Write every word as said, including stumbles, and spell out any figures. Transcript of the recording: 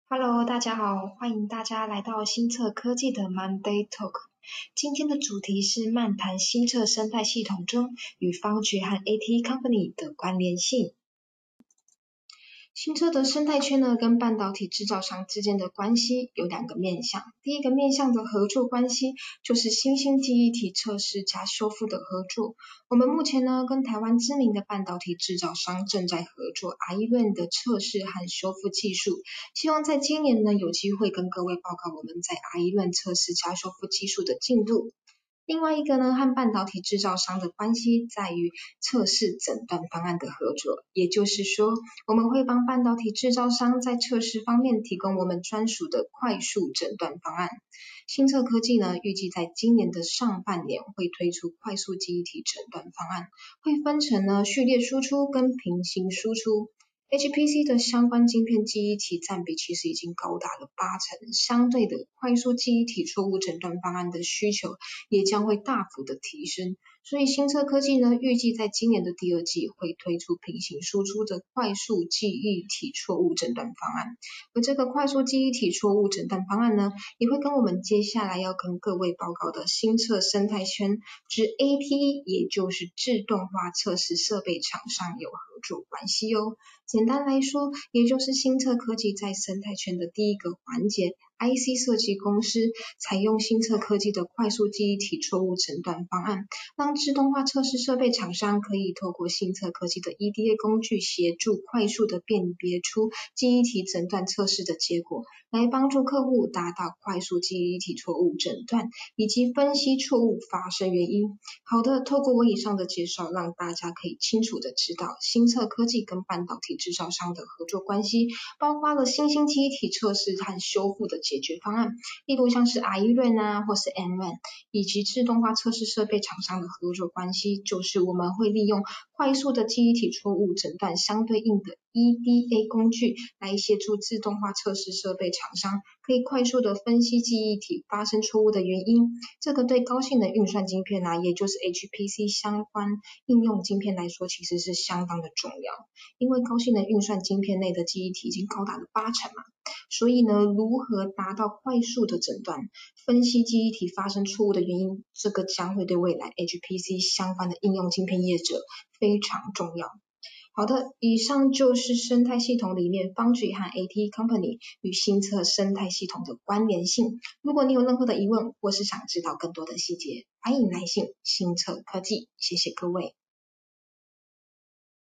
Hello，大家好，欢迎大家来到新策科技的 Monday Talk。今天的主题是漫谈新策生态系统中与方觉和 A T Company 的关联性。新车的生态圈呢，跟半导体制造商之间的关系有两个面向。第一个面向的合作关系，就是新兴记忆体测试加修复的合作。我们目前呢，跟台湾知名的半导体制造商正在合作 R E N 的测试和修复技术，希望在今年呢，有机会跟各位报告我们在 R E N 测试加修复技术的进度。另外一个呢，和半导体制造商的关系在于测试诊断方案的合作，也就是说，我们会帮半导体制造商在测试方面提供我们专属的快速诊断方案。新策科技呢，预计在今年的上半年会推出快速记忆体诊断方案，会分成呢序列输出跟平行输出。H P C 的相关晶片记忆体占比其实已经高达了八成，相对的快速记忆体错误诊断方案的需求也将会大幅的提升，所以新策科技呢，预计在今年的第二季会推出平行输出的快速记忆体错误诊断方案，而这个快速记忆体错误诊断方案呢，也会跟我们接下来要跟各位报告的新策生态圈之 A T， 也就是自动化测试设备厂商有合作关系哦。简单来说，也就是新策科技在生态圈的第一个环节 I C 设计公司采用新策科技的快速记忆体错误诊断方案，让自动化测试设备厂商可以透过新策科技的 E D A 工具协助快速的辨别出记忆体诊断测试的结果，来帮助客户达到快速记忆体错误诊断以及分析错误发生原因。好的，透过我以上的介绍，让大家可以清楚的知道新策科技跟半导体制造商的合作关系，包括了新兴记忆体测试和修复的解决方案，例如像是 R E N 啊，或是 N R A N， 以及自动化测试设备厂商的合作关系，就是我们会利用快速的记忆体错误诊断相对应的 E D A 工具，来协助自动化测试设备厂商可以快速的分析记忆体发生错误的原因。这个对高性能运算晶片啊，也就是 H P C 相关应用晶片来说，其实是相当的重要。因为高性能运算晶片内的记忆体已经高达了八成嘛，所以呢，如何达到快速的诊断，分析记忆体发生错误的原因，这个将会对未来 H P C 相关的应用晶片业者非常重要。好的，以上就是生态系统里面 Foundry 和 A T Company 与新策生态系统的关联性。如果你有任何的疑问，或是想知道更多的细节，欢迎来信新策科技。谢谢各位。